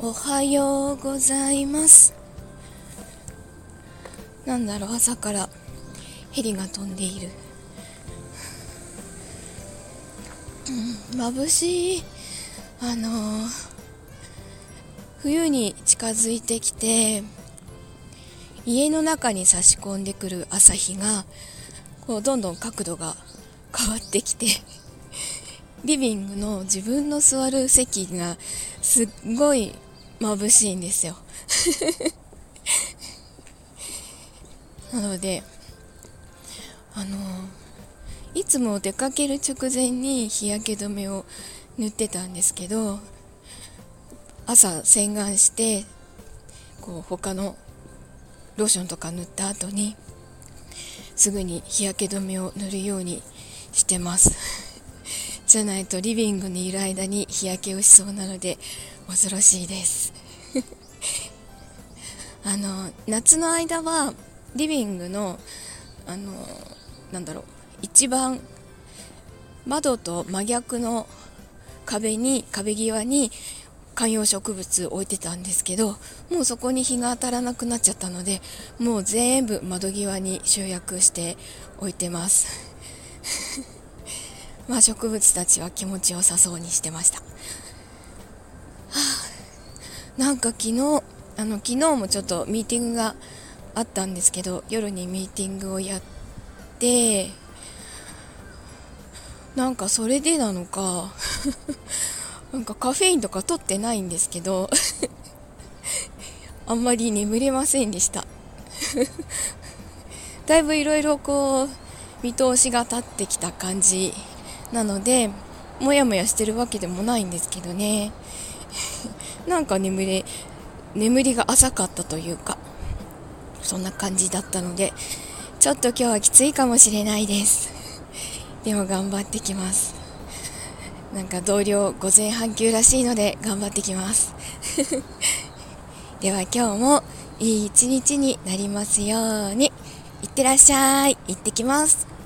おはようございます。なんだろう、朝からヘリが飛んでいる。眩しい。冬に近づいてきて、家の中に差し込んでくる朝日がどんどん角度が変わってきて、リビングの自分の座る席がすっごい眩しいんですよ。なのでいつも出かける直前に日焼け止めを塗ってたんですけど、朝洗顔して他のローションとか塗った後にすぐに日焼け止めを塗るようにしてます。じゃないとリビングにいる間に日焼けをしそうなので恐ろしいです。夏の間はリビングの一番窓と真逆の壁際に観葉植物置いてたんですけど、もうそこに日が当たらなくなっちゃったので、もう全部窓際に集約して置いてます。植物たちは気持ちよさそうにしてました。なんか昨日もちょっとミーティングがあったんですけど、夜にミーティングをやって、なんかそれでなのかなんかカフェインとか取ってないんですけどあんまり眠れませんでしただいぶいろいろ見通しが立ってきた感じなので、もやもやしてるわけでもないんですけどねなんか眠りが浅かったというか、そんな感じだったので、ちょっと今日はきついかもしれないです。でも頑張ってきます。なんか同僚午前半休らしいので頑張ってきますでは今日もいい一日になりますように。いってらっしゃい。行ってきます。